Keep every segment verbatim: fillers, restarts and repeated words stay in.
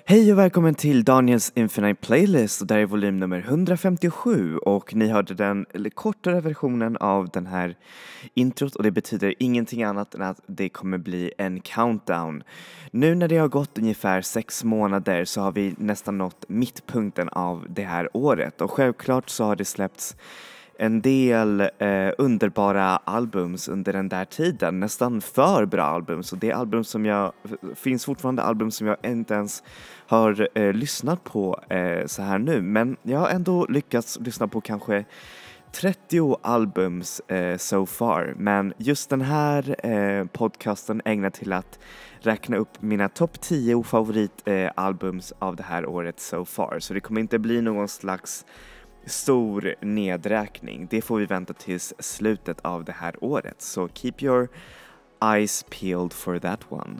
Hej och välkommen till Daniels Infinite Playlist, och där är volym nummer hundrafemtiosju och ni hörde den kortare versionen av den här introt, och det betyder ingenting annat än att det kommer bli en countdown. Nu när det har gått ungefär sex månader så har vi nästan nått mittpunkten av det här året, och självklart så har det släppts en del eh, underbara albums under den där tiden, nästan för bra albums, och det är album som jag, finns fortfarande album som jag inte ens har eh, lyssnat på eh, så här nu, men jag har ändå lyckats lyssna på kanske trettio albums eh, so far, men just den här eh, podcasten ägnar till att räkna upp mina topp tio favoritalbums eh, av det här året so far, så det kommer inte bli någon slags stor nedräkning. Det får vi vänta tills slutet av det här året. Så keep your eyes peeled for that one.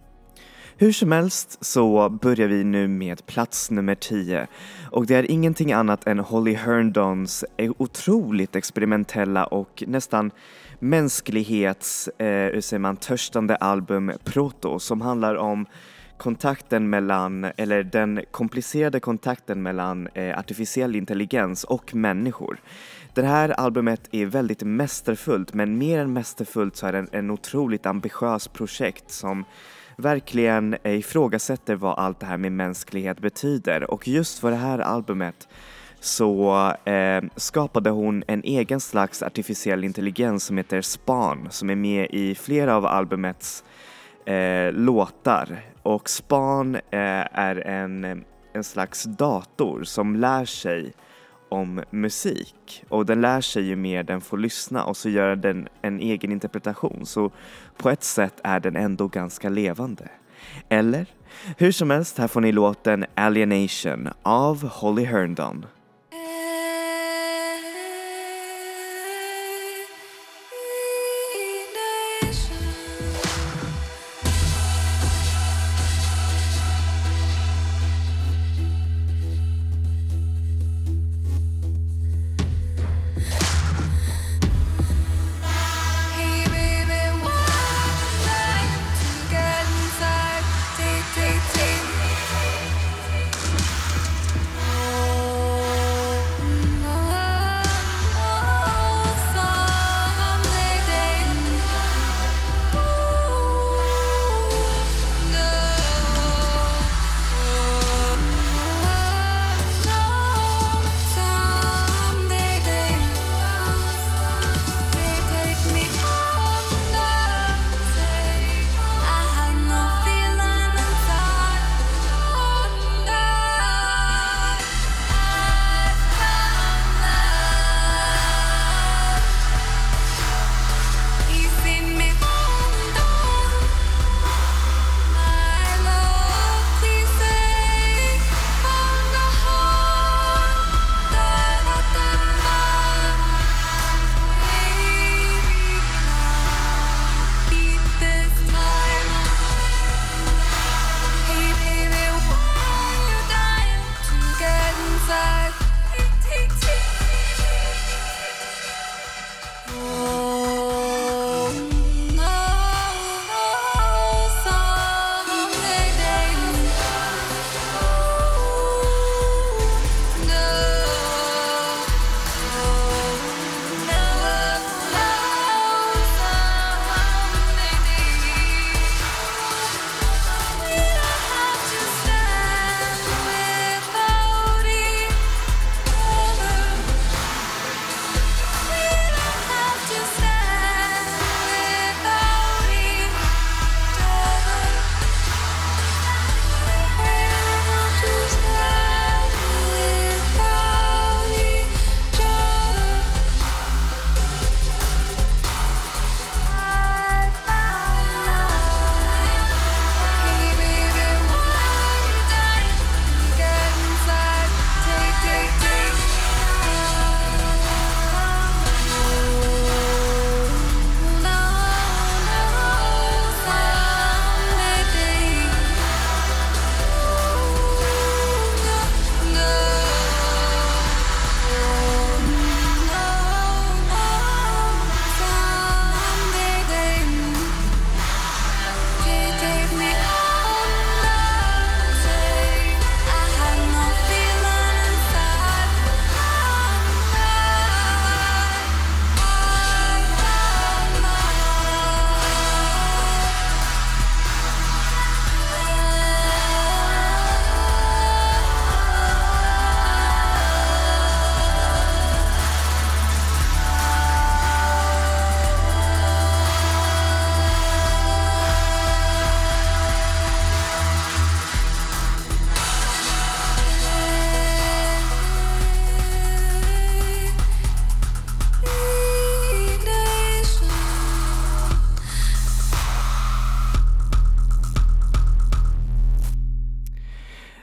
Hur som helst så börjar vi nu med plats nummer tio. Och det är ingenting annat än Holly Herndons otroligt experimentella och nästan mänsklighets, eh, hur säger man, törstande album Proto, som handlar om kontakten mellan, eller den komplicerade kontakten mellan eh, artificiell intelligens och människor. Det här albumet är väldigt mästerfullt, men mer än mästerfullt så är det en, en otroligt ambitiös projekt som verkligen eh, ifrågasätter vad allt det här med mänsklighet betyder. Och just för det här albumet så eh, skapade hon en egen slags artificiell intelligens som heter Spawn, som är med i flera av albumets eh, låtar. Och Spawn eh, är en, en slags dator som lär sig om musik, och den lär sig ju mer den får lyssna, och så gör den en egen interpretation, så på ett sätt är den ändå ganska levande. Eller? Hur som helst, här får ni låten Alienation av Holly Herndon.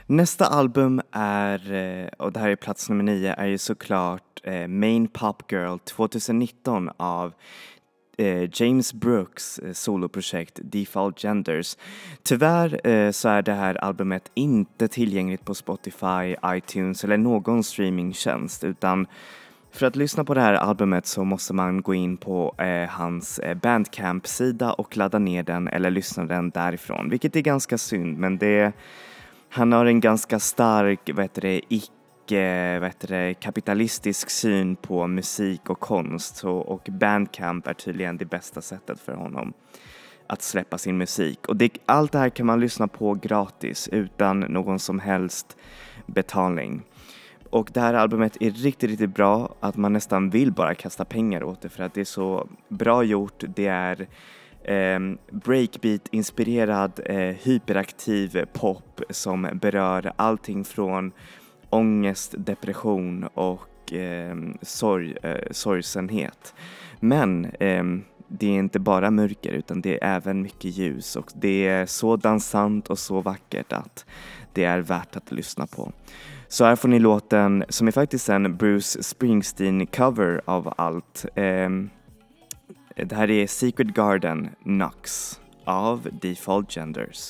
Nästa album är, eh, och det här är plats nummer nio, är ju såklart eh, Main Pop Girl tjugonitton av eh, James Brooks eh, soloprojekt Default Genders. Tyvärr eh, så är det här albumet inte tillgängligt på Spotify, iTunes eller någon streamingtjänst, utan för att lyssna på det här albumet så måste man gå in på eh, hans eh, Bandcamp-sida och ladda ner den eller lyssna den därifrån, vilket är ganska synd, men det, han har en ganska stark, vad heter det, icke, vad heter det, kapitalistisk syn på musik och konst, så, och Bandcamp är tydligen det bästa sättet för honom att släppa sin musik. Och det, allt det här kan man lyssna på gratis utan någon som helst betalning. Och det här albumet är riktigt, riktigt bra, att man nästan vill bara kasta pengar åt det för att det är så bra gjort. Det är eh, breakbeat-inspirerad, eh, hyperaktiv pop som berör allting från ångest, depression och eh, sorg, eh, sorgsenhet. Men eh, det är inte bara mörker utan det är även mycket ljus, och det är så dansant och så vackert att det är värt att lyssna på. Så här får ni låten som är faktiskt en Bruce Springsteen cover av allt. Eh, det här är Secret Garden Knocks av Default Genders.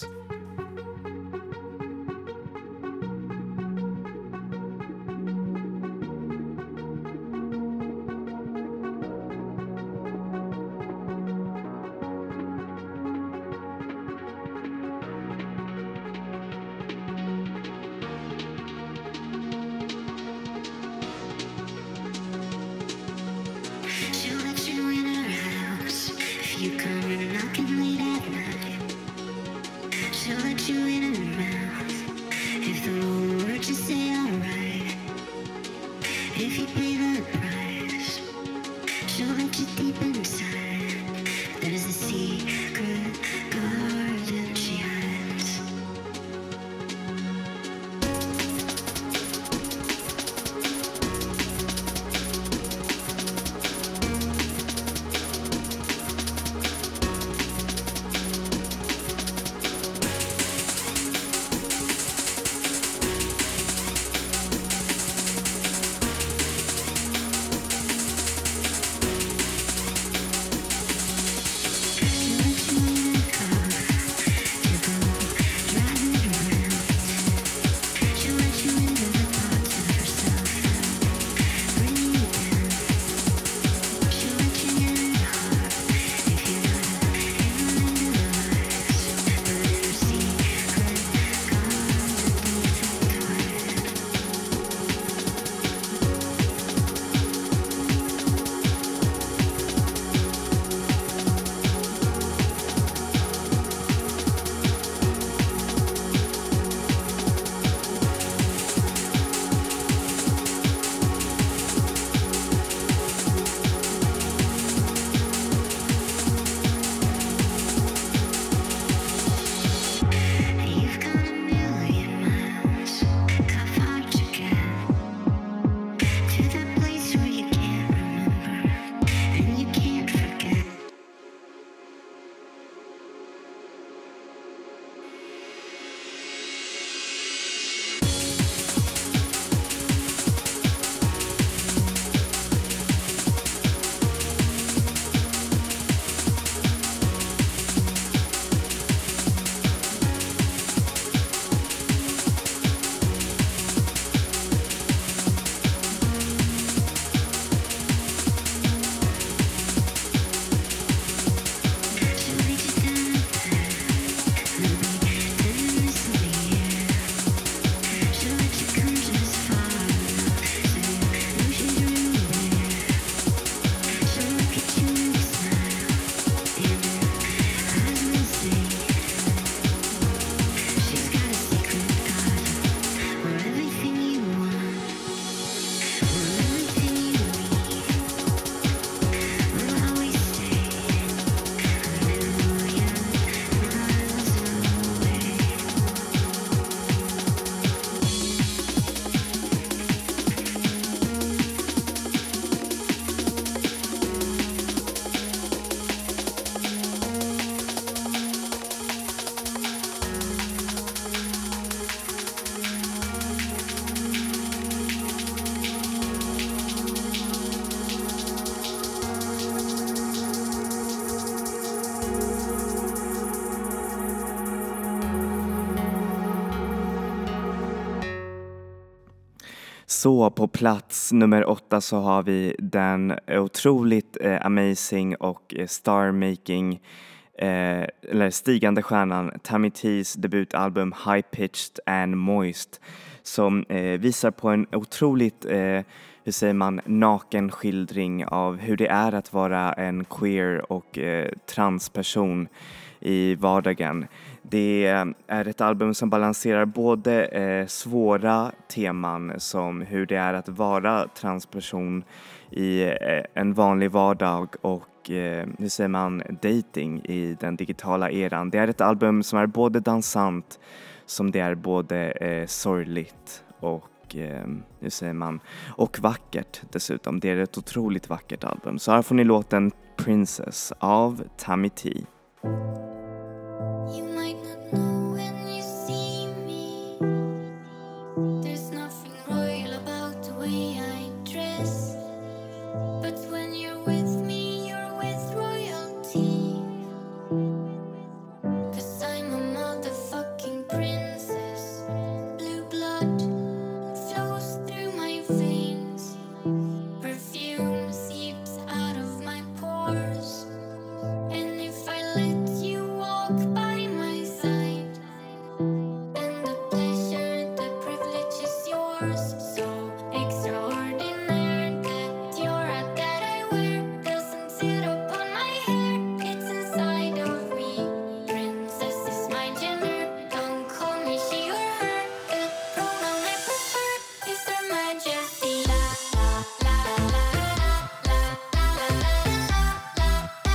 Så på plats nummer åtta så har vi den otroligt eh, amazing och eh, star-making eh, eller stigande stjärnan Tammy T's debutalbum High Pitched and Moist som eh, visar på en otroligt, eh, hur säger man, naken skildring av hur det är att vara en queer och eh, transperson i vardagen. Det är ett album som balanserar både eh, svåra teman som hur det är att vara transperson i eh, en vanlig vardag och eh, hur säger man, dating i den digitala eran. Det är ett album som är både dansant som det är både eh, sorgligt och eh, hur säger man, och vackert dessutom. Det är ett otroligt vackert album. Så här får ni låten Princess av Tammy T. You might not know when you see me. There's nothing royal about the way I dress. But when you're with me, you're with royalty. 'Cause I'm a motherfucking princess. Blue blood flows through my veins. Perfume seeps out of my pores. And if I let you walk by my side, and the pleasure, the privilege is yours. So extraordinary that you're a that I wear doesn't sit upon my hair, it's inside of me. Princess is my gender, don't call me she or her. The pronoun I prefer is Her Majesty. La la la la la la la la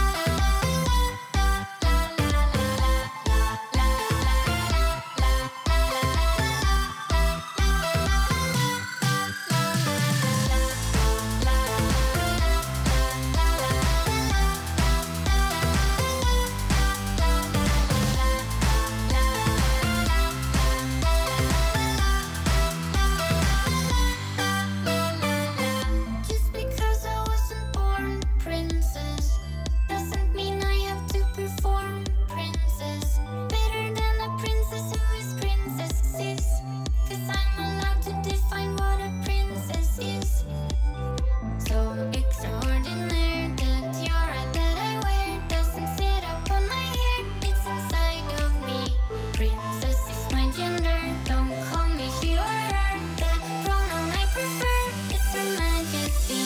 Just because I wasn't born princess doesn't mean I have to perform princess better than a princess who is princess is. 'Cause I'm allowed to define what a princess is. So extraordinary that you're a that I wear doesn't sit up on my hair, it's inside of me. Princess is my gender, don't call me she or her. The pronoun I prefer is Her Majesty.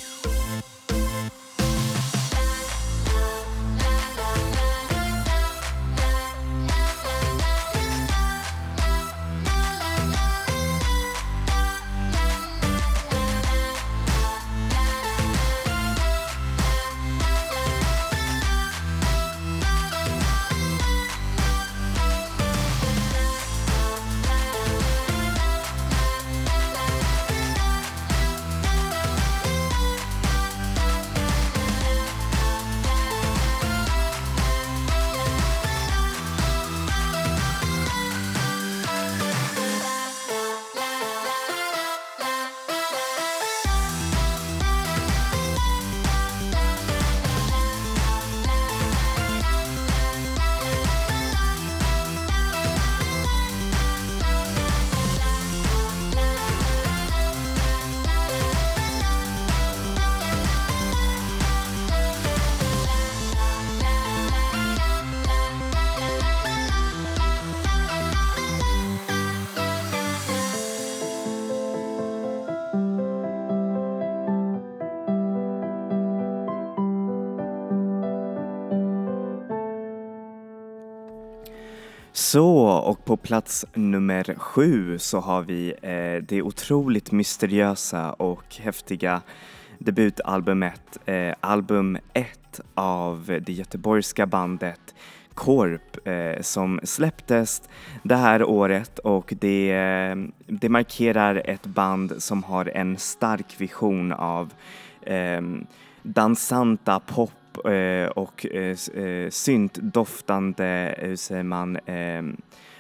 Så, och på plats nummer sju så har vi eh, det otroligt mysteriösa och häftiga debutalbumet, eh, album ett av det göteborgska bandet Korp eh, som släpptes det här året, och det, eh, det markerar ett band som har en stark vision av eh, dansanta pop och eh, syntdoftande, hur säger man, eh,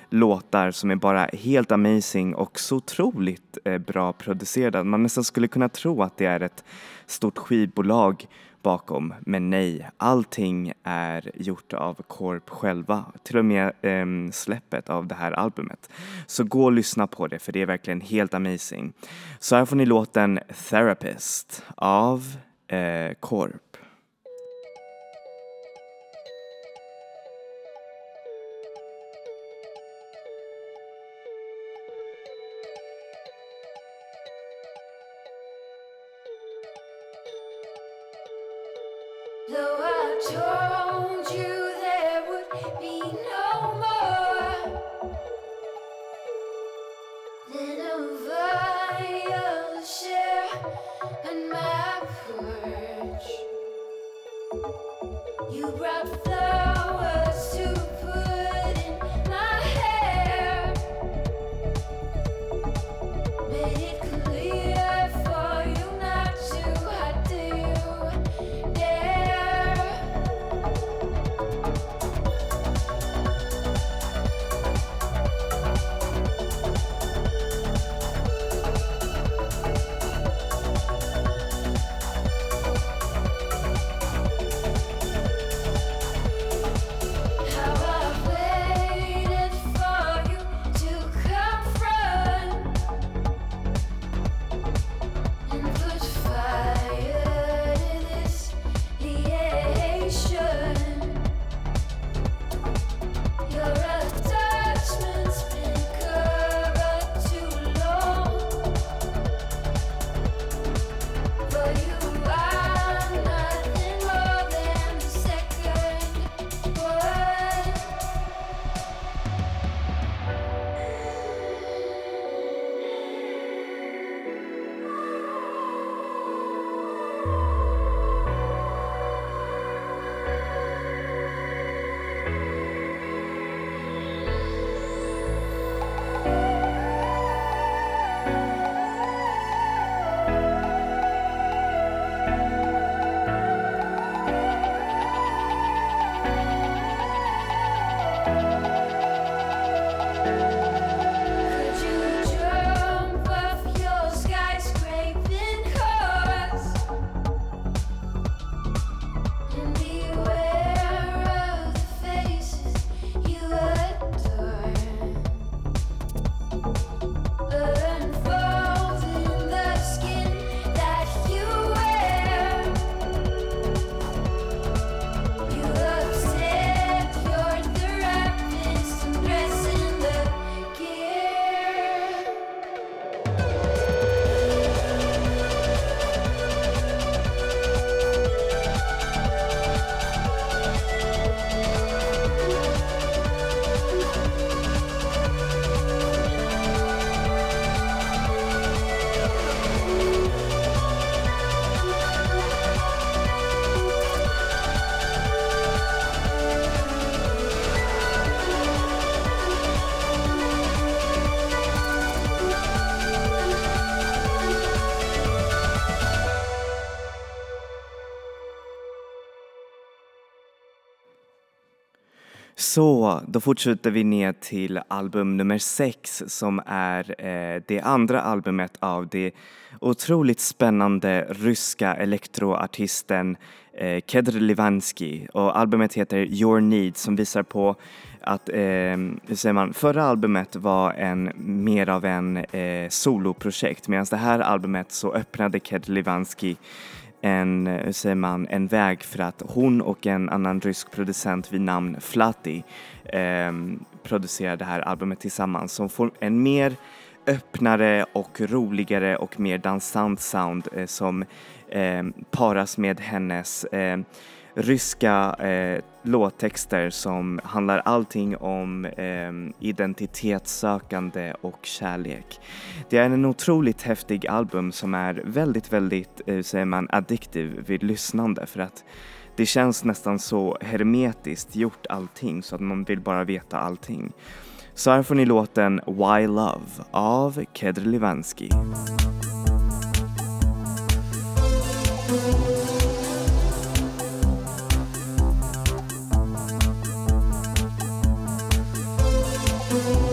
låtar som är bara helt amazing och så otroligt eh, bra producerade. Man nästan skulle kunna tro att det är ett stort skivbolag bakom, men nej, allting är gjort av Corp själva, till och med eh, släppet av det här albumet. Så gå och lyssna på det, för det är verkligen helt amazing. Så här får ni låten Therapist av eh, Corp. Though I told you there would be no more than a vial share on my porch. You brought flowers to put in my hair, made it clear for you not to hide. Do you dare? How I've waited for you to confront and put fire to this liaison. Your attachment's been covered too long. For you are nothing more than the second one. Could you jump off your skyscraping horse and beware of the faces you adore? Unfold in the skin that you wear. You upset your therapist and dress in the gear. Så, då fortsätter vi ner till album nummer sex som är eh, det andra albumet av det otroligt spännande ryska elektroartisten eh, Kedr Livansky, och albumet heter Your Need, som visar på att eh, hur säger man, förra albumet var en mer av en eh, soloprojekt, medan det här albumet så öppnade Kedr Livansky en, hur säger man, en väg för att hon och en annan rysk producent vid namn Flati eh, producerar det här albumet tillsammans, som får en mer öppnare och roligare och mer dansant sound eh, som eh, paras med hennes eh, ryska eh, låttexter som handlar allting om eh, identitetssökande och kärlek. Det är en otroligt häftig album som är väldigt, väldigt, eh, säger man, addiktiv vid lyssnande, för att det känns nästan så hermetiskt gjort allting så att man vill bara veta allting. Så här får ni låten Why Love av Kedr Livansky. Thank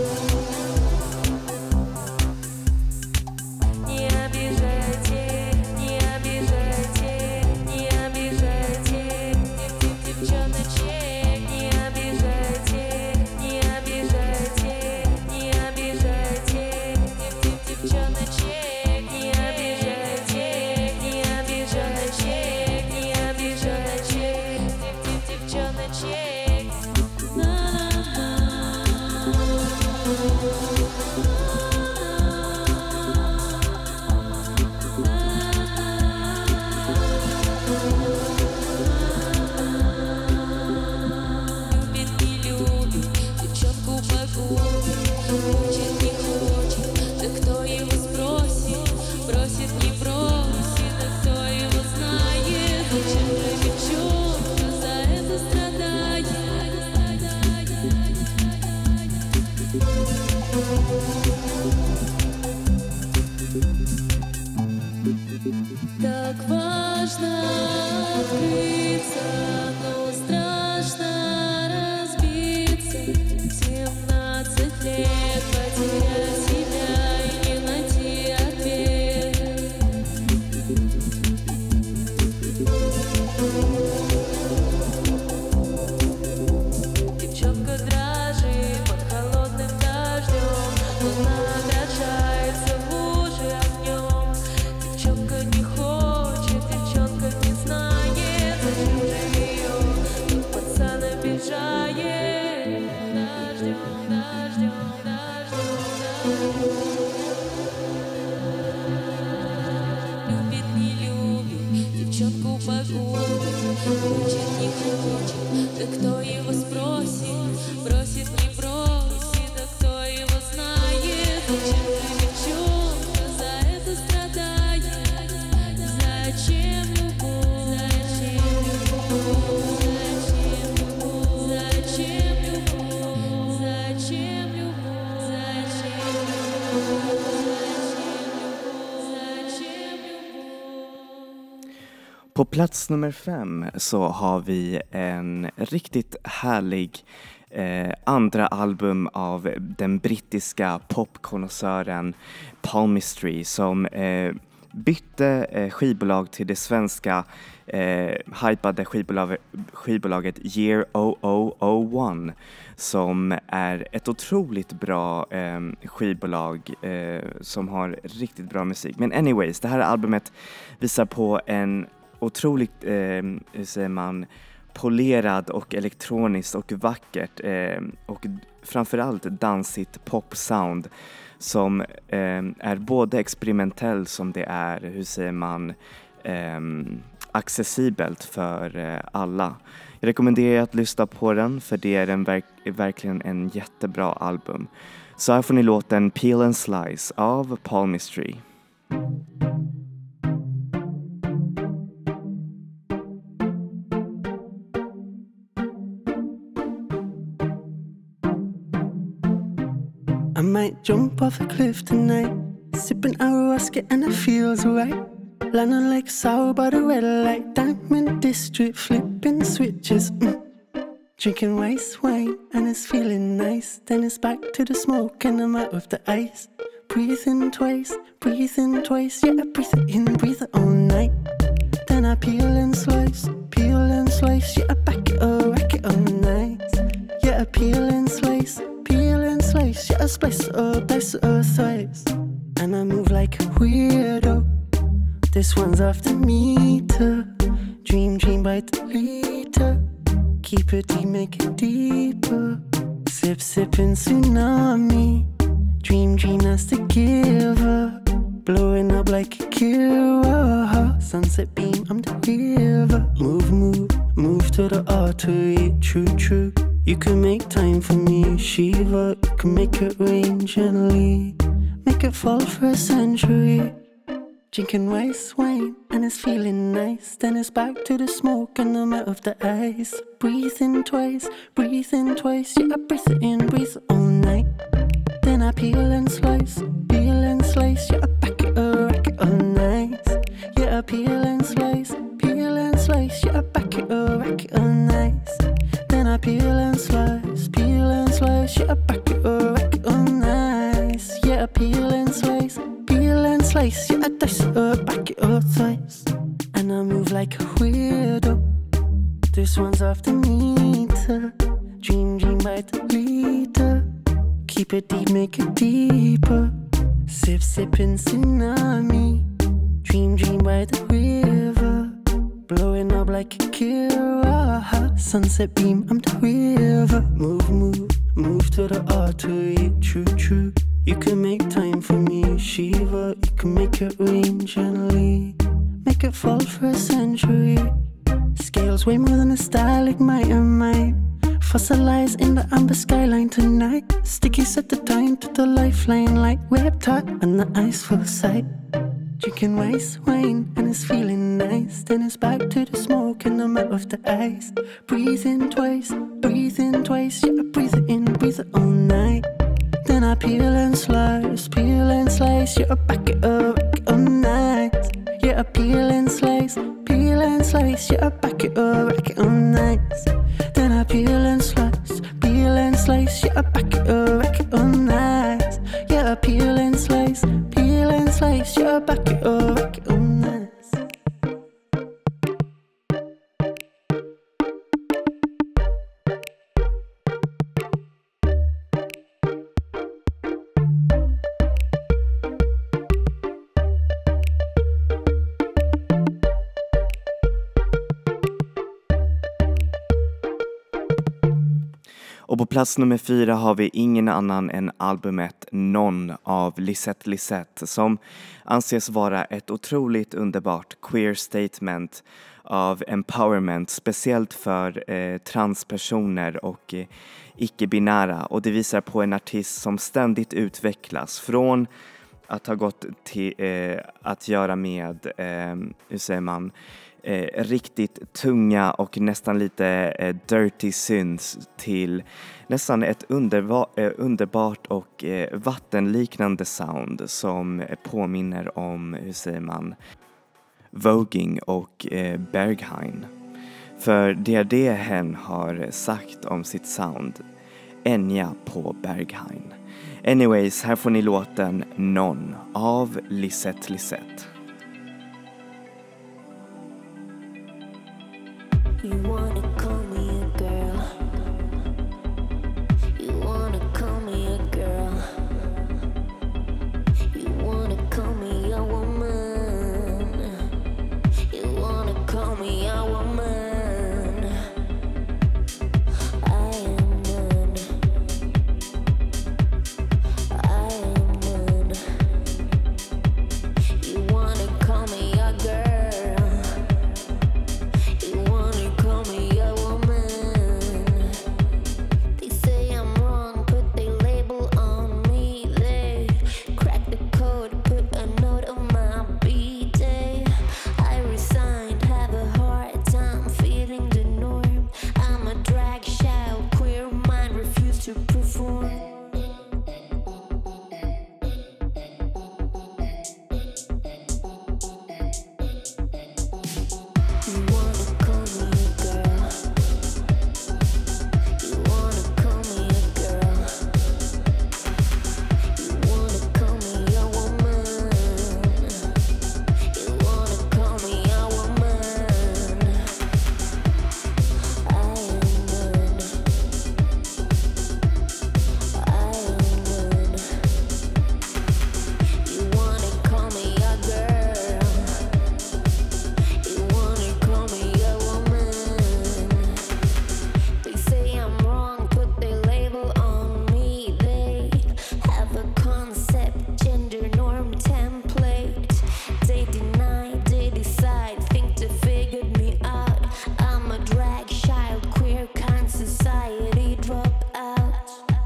På plats nummer fem så har vi en riktigt härlig eh, andra album av den brittiska popkonnässören Palmistry som eh, bytte eh, skivbolag till det svenska eh, hypade skivbolag, skivbolaget Year oh oh oh ett som är ett otroligt bra eh, skivbolag eh, som har riktigt bra musik. Men anyways, det här albumet visar på en otroligt, eh, hur säger man, polerad och elektroniskt och vackert eh, och framförallt dansigt popsound som eh, är både experimentell som det är, hur säger man, eh, accessibelt för eh, alla. Jag rekommenderar att lyssna på den för det är en verk- verkligen en jättebra album. Så här får ni låten Peel and Slice av Palmistry. I might jump off a cliff tonight, sipping ayahuasca and it feels right. Landing like sour by the red light, Diamond District, flipping switches. Mm. Drinking rice wine and it's feeling nice. Then it's back to the smoke and I'm out of the ice. Breathe in twice, breathe in twice. Yeah, I breathe it in, breathe it all night. Then I peel and slice, peel and slice. Yeah, I back it up, rack it all nice. Yeah, I peel and slice, peel and slice. Yeah, I slice it up, dice it up twice. And I move like a weirdo. This one's off the meter. Dream, dream by the liter. Keep it deep, make it deeper. Sip, sipping tsunami. Dream, dream, that's the giver. Blowing up like a killer. Sunset beam, I'm the river. Move, move, move to the artery. True, true. You can make time for me, Shiva. You can make it rain gently. Make it fall for a century. Drinking rice wine and it's feeling nice. Then it's back to the smoke and I'm out of the ice. Breathe in twice, breathe in twice. Yeah, I breathe it in, breathe it all night. Then I peel and slice, peel and slice. Yeah, I back it up, rack it all nice. Yeah, I peel and slice, peel and slice. Yeah, I back it up, rack it all nice. Then I peel and slice, peel and slice. Yeah, I back it up, rack it all nice. Yeah, I peel and slice, peel and slice. Yeah, I dice it up, back it up twice. And I move like a weirdo. This one's off the meter. Dream, dream by the liter. Keep it deep, make it deeper. Sip, sipping tsunami. Dream, dream by the river. Blowing up like a killer. Sunset beam, I'm the river. Move, move, move to the artery. True, true. You can make time for me, Shiva. You can make it rain gently. Make it fall for a century. Scales way more than a stalagmite and mine. Fossilize in the amber skyline tonight. Sticky set the time to the lifeline like web tight on the ice full sight. Drinking rice wine and it's feeling nice. Then it's back to the smoke and I'm out of the ice. Breathe in twice, breathe in twice. Yeah, I breathe it in, breathe it all night. Then I peel and slice, peel and slice. Yeah, I back it up, back it all night. Yeah, you're a peel and slice, peel and slice, you're a back it up, back it up nice. Then I peel and slice, peel and slice, you're a back it up, back it up nice. You're a peel and slice, peel and slice, you're a back it up, back it up nice. Och på plats nummer fyra har vi ingen annan än albumet Non av Lisette Lisette, som anses vara ett otroligt underbart queer statement av empowerment, speciellt för eh, transpersoner och eh, icke-binära. Och det visar på en artist som ständigt utvecklas från att ha gått till eh, att göra med, eh, hur säger man, Eh, riktigt tunga och nästan lite eh, dirty synths till nästan ett underva- eh, underbart och eh, vattenliknande sound som eh, påminner om, hur säger man, Voging och eh, Berghain. För det är det hen har sagt om sitt sound, Enya på Berghain. Anyways, här får ni låten Non av Lisette Lisette. You wanna call me a girl. You wanna call me a girl. You wanna call me a woman. You wanna call me a woman. I am none. I am none. You wanna call me a girl. You wanna call me a woman. They say I'm wrong, put their label on me. They crack the code, put a note on my B-day. I resigned, have a hard time fitting the norm. I'm a drag child, queer mind, refuse to perform. You wanna call me a girl. You wanna call me a girl. You wanna call me a woman. You wanna call me a woman. I am none. I am none. You wanna call me a girl. You wanna call me a woman. They say I'm wrong, put their label on me. They have a concept, gender norm template. They deny, they decide, think they figured me out. I'm a drag child, queer kind society drop out.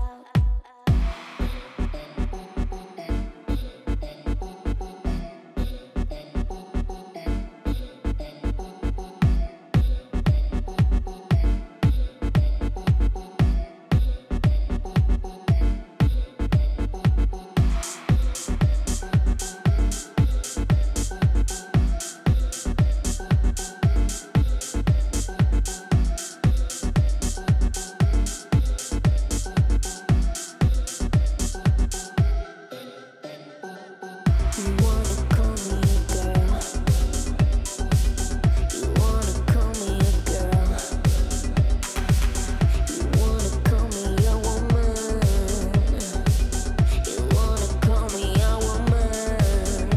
You wanna call me a girl. You wanna call me a girl. You wanna call me a woman. You wanna call me a woman.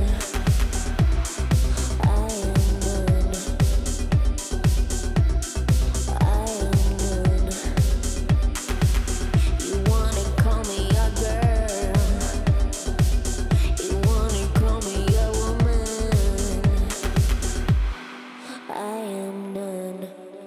I am none. I am none. You wanna call me a girl. You wanna call me a woman. I am none.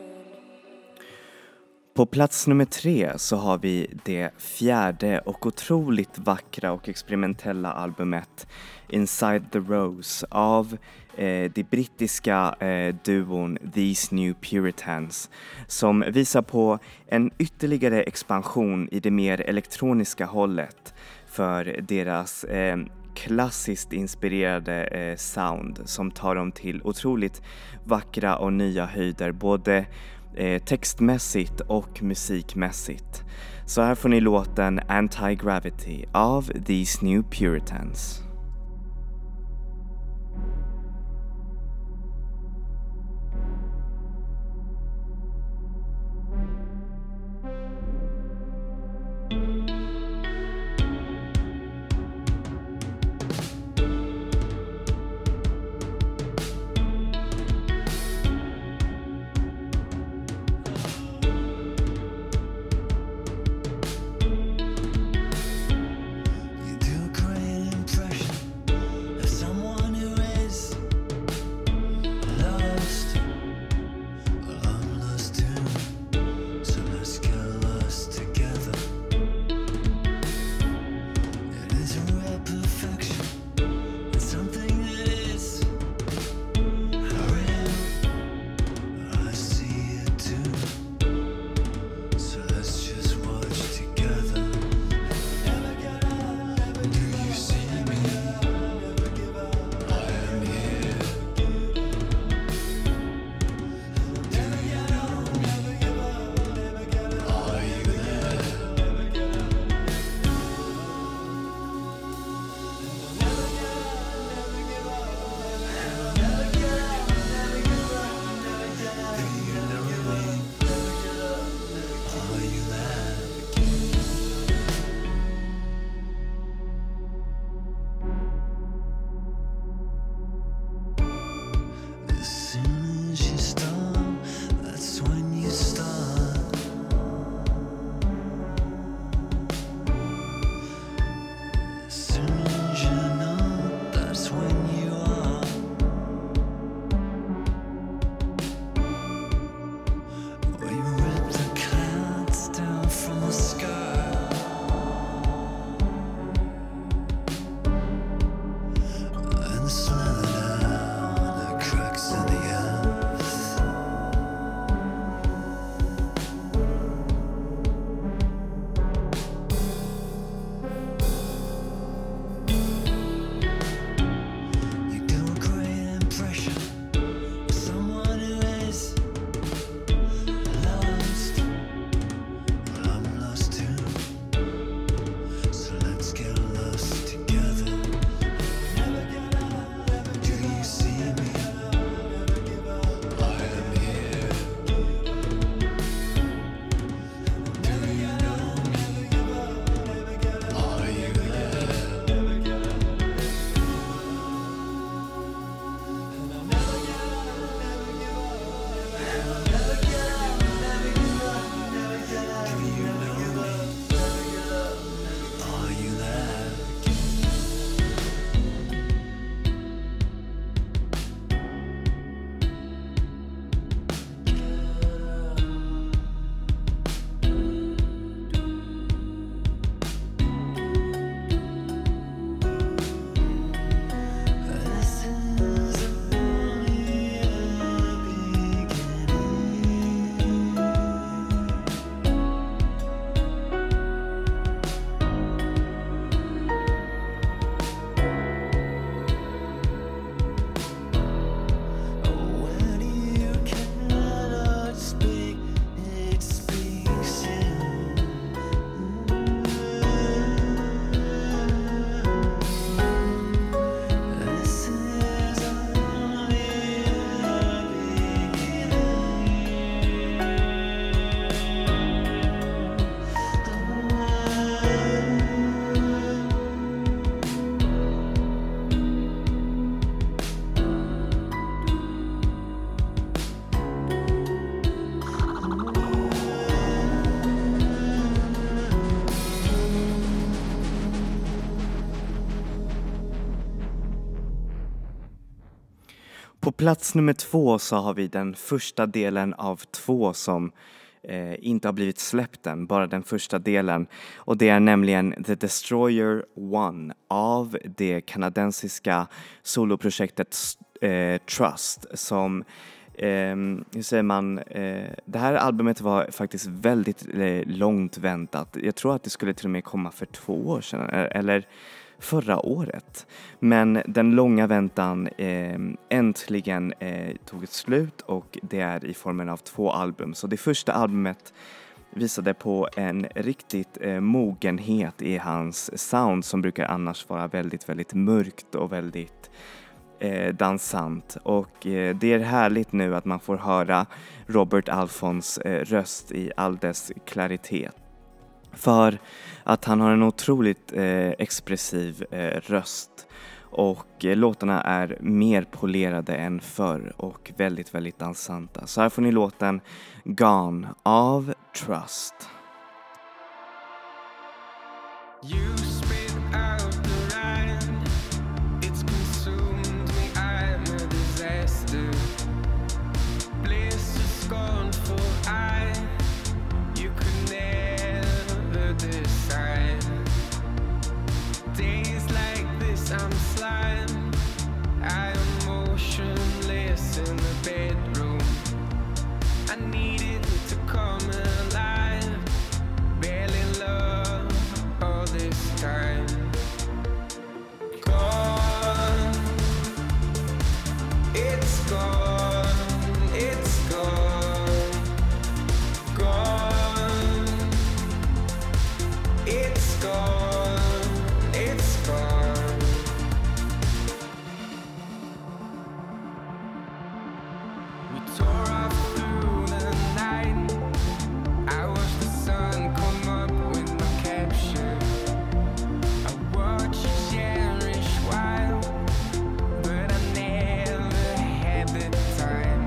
På plats nummer tre så har vi det fjärde och otroligt vackra och experimentella albumet Inside the Rose av eh, det brittiska eh, duon These New Puritans, som visar på en ytterligare expansion i det mer elektroniska hållet för deras eh, klassiskt inspirerade eh, sound som tar dem till otroligt vackra och nya höjder, både eh, textmässigt och musikmässigt. Så här får ni låten Anti-Gravity av These New Puritans. You do a great impression of someone who is lost. Well, I'm lost too, so let's get lost together. It is a rare perfection, it's something that is real. I see it too, so let's just watch together. Do you see me? I am here. Do you know me? Are you there? Do you know me? Are you there? As soon as you start, that's when you start. As soon as you know, that's when you are. When you rip the clouds down from the sky, and slither down the cracks in the earth. You do a great impression of someone who is lost. Well, I'm lost too, so let's get lost together. Do you see me? I am here. Do you know me? Are you there? Do you know me? Are you there? This is only a beginning. When you cannot speak, it speaks in. This is only a beginning. På plats nummer två så har vi den första delen av två som eh, inte har blivit släppt än, bara den första delen. Och det är nämligen The Destroyer One av det kanadensiska soloprojektet eh, Trust som Eh, hur säger man? Eh, det här albumet var faktiskt väldigt eh, långt väntat. Jag tror att det skulle till och med komma för två år sedan. Eller förra året. Men den långa väntan eh, äntligen eh, tog ett slut och det är i formen av två album. Så det första albumet visade på en riktigt eh, mogenhet i hans sound som brukar annars vara väldigt, väldigt mörkt och väldigt eh, dansant. Och eh, det är härligt nu att man får höra Robert Alphons eh, röst i all dess klaritet. För att han har en otroligt eh, expressiv eh, röst och eh, låtarna är mer polerade än förr och väldigt, väldigt dansanta. Så här får ni låten Gone av Trust. You spit out the line. It's consumed me. I'm a disaster. Bliss is gone for I. You could never decide. Days like this, I'm slime. I am motionless in the bedroom. I needed to come alive. Barely love all this time. Gone. It's gone. It's gone. Gone. It's gone. It's gone. We tore off through the night. I watched the sun come up with my capture. I watched you cherish wild, but I never had the time.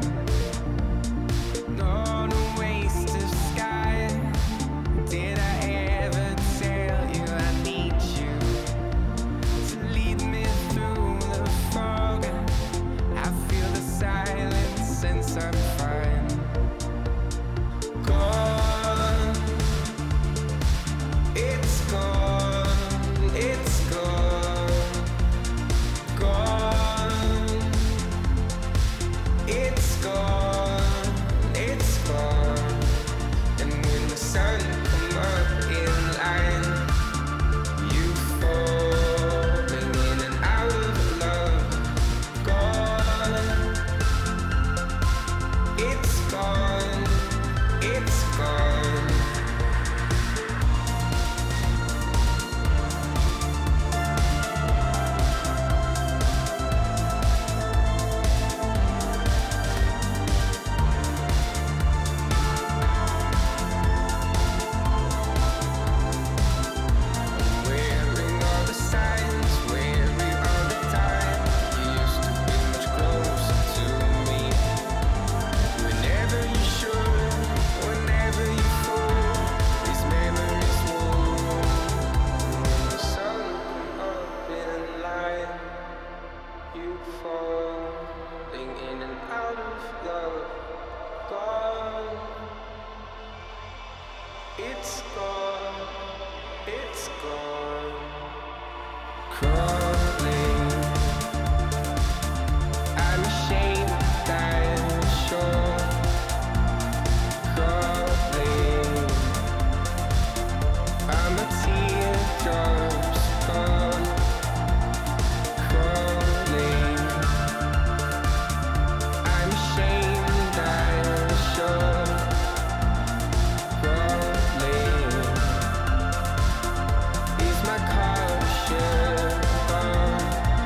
No, no waste of sky. Did I ever tell you I need you to lead me through the fog? I feel the silence since I'm fine. Gone. It's gone. It's gone. Gone. It's gone. It's gone. And when the sun come up in line, you falling in and out of love. Gone. It's gone. It's gone. Wearing all the signs, wearing all the time. You used to be much closer to me. Whenever you should, whenever you fall, these memories will. When the sun come up in line, you falling in and out of love. Gone. It's gone. It's gone. Crawling. I'm ashamed I'm sure. Crawling. I'm a teardrops gone. Crawling. I'm ashamed I'm sure. Crawling. Is my caution gone?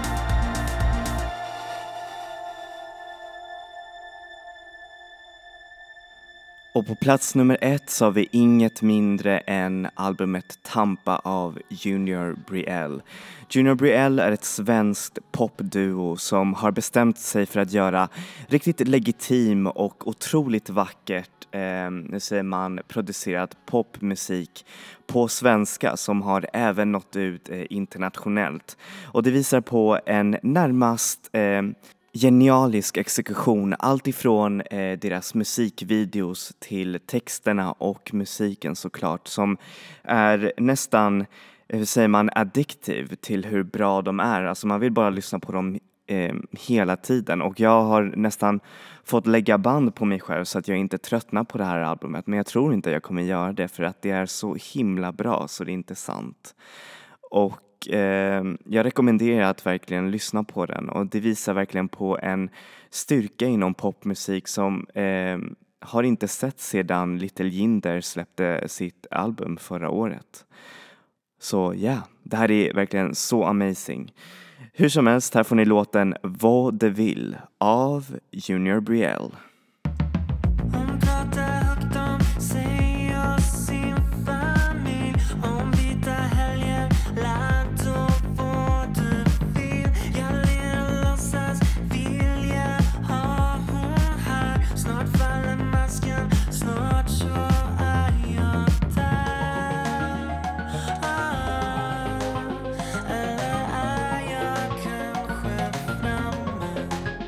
Och på plats nummer ett så har vi inget mindre än albumet Tampa av Junior Brielle. Junior Brielle är ett svenskt popduo som har bestämt sig för att göra riktigt legitim och otroligt vackert, eh, nu säger man, producerad popmusik på svenska som har även nått ut eh, internationellt. Och det visar på en närmast eh, genialisk exekution, allt ifrån eh, deras musikvideos till texterna och musiken såklart, som är nästan, hur säger man, addictive till hur bra de är. Alltså man vill bara lyssna på dem eh, hela tiden, och jag har nästan fått lägga band på mig själv så att jag inte tröttnar på det här albumet, men jag tror inte jag kommer göra det för att det är så himla bra så det är inte sant. Och och eh, jag rekommenderar att verkligen lyssna på den, och det visar verkligen på en styrka inom popmusik som eh, har inte sett sedan Little Jinder släppte sitt album förra året. Så ja, yeah, det här är verkligen så amazing. Hur som helst, här får ni låten Vad det vill av Junior Brielle. Hon pratar högt om sig och sin familj, om vita helger, ladd och vad du vill. Jag ler och låtsas vilja ha hon här. Snart faller masken, snart så är jag där. Ah, eller är jag kanske framme?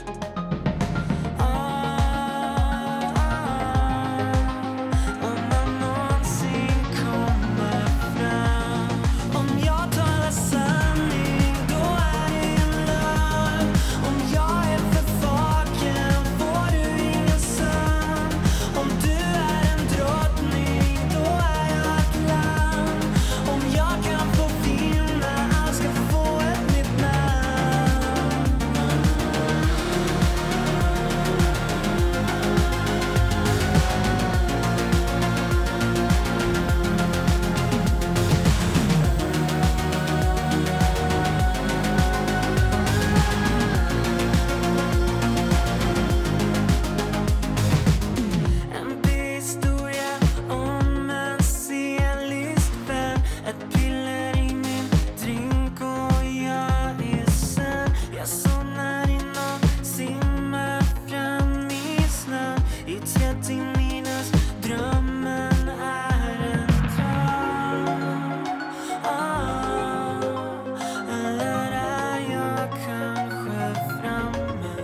Om man någonsin kommer fram. Om jag talar sanning, då är det en lögn. Om jag är för vaken, får du ingen sömn. Om du är en drottning, då är jag ett lamm. Om jag kan få vinna, allt ska få ett nytt namn. En historia om en cialist vän. Ett piller i min drink och jag är sen. Jag somnar innan, simmar fram i snön. I trettio minus, drömmen är en dröm. Ah, eller är jag kanske framme?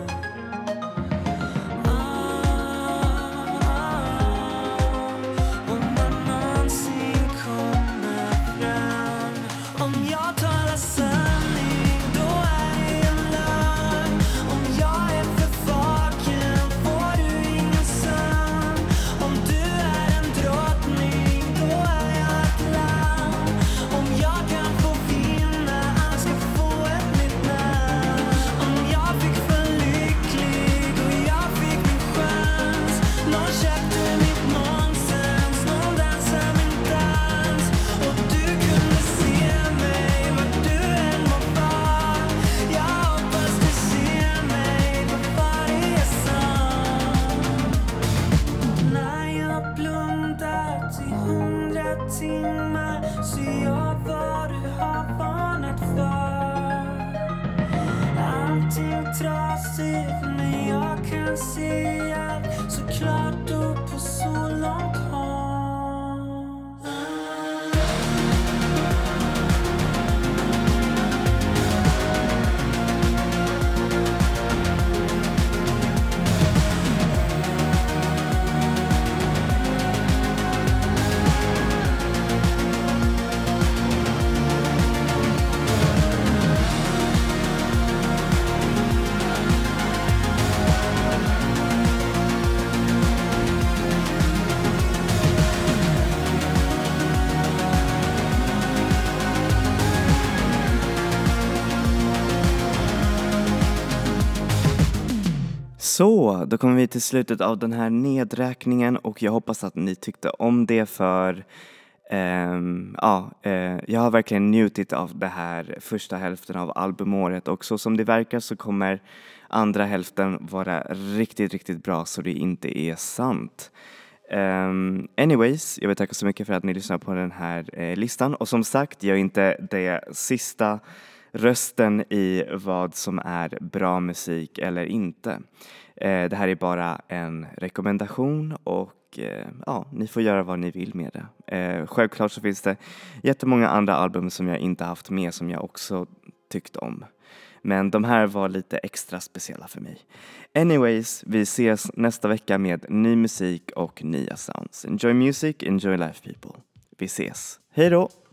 Om man någonsin kommer fram. Om jag talar sanning, då är det en lögn. Om jag är för vaken, får du ingen sömn. Om du är en drottning, då är jag ett lamm. Om jag kan få vinna, allt ska få ett nytt namn. Om jag fick för lycklig och jag fick min chans. Någon köpte mitt nonsens, någon dansar min dans. Och du kunde se mig vart du än må vara. Jag hoppas du ser mig för varje sång. När jag blundat i hundra timmar ser jag vad du har varnat för. Allting trasigt, men jag kan se allt så klart och på så långt håll. Så, då kommer vi till slutet av den här nedräkningen, och jag hoppas att ni tyckte om det, för ehm, ja, eh, jag har verkligen njutit av det här första hälften av albumåret, och så som det verkar så kommer andra hälften vara riktigt, riktigt bra, så det inte är sant. Um, anyways, jag vill tacka så mycket för att ni lyssnar på den här eh, listan, och som sagt, jag är inte det sista rösten i vad som är bra musik eller inte. Eh, det här är bara en rekommendation, och eh, ja, ni får göra vad ni vill med det. Eh, självklart så finns det jättemånga andra album som jag inte haft med som jag också tyckt om. Men de här var lite extra speciella för mig. Anyways, vi ses nästa vecka med ny musik och nya sounds. Enjoy music, enjoy life people. Vi ses. Hej då!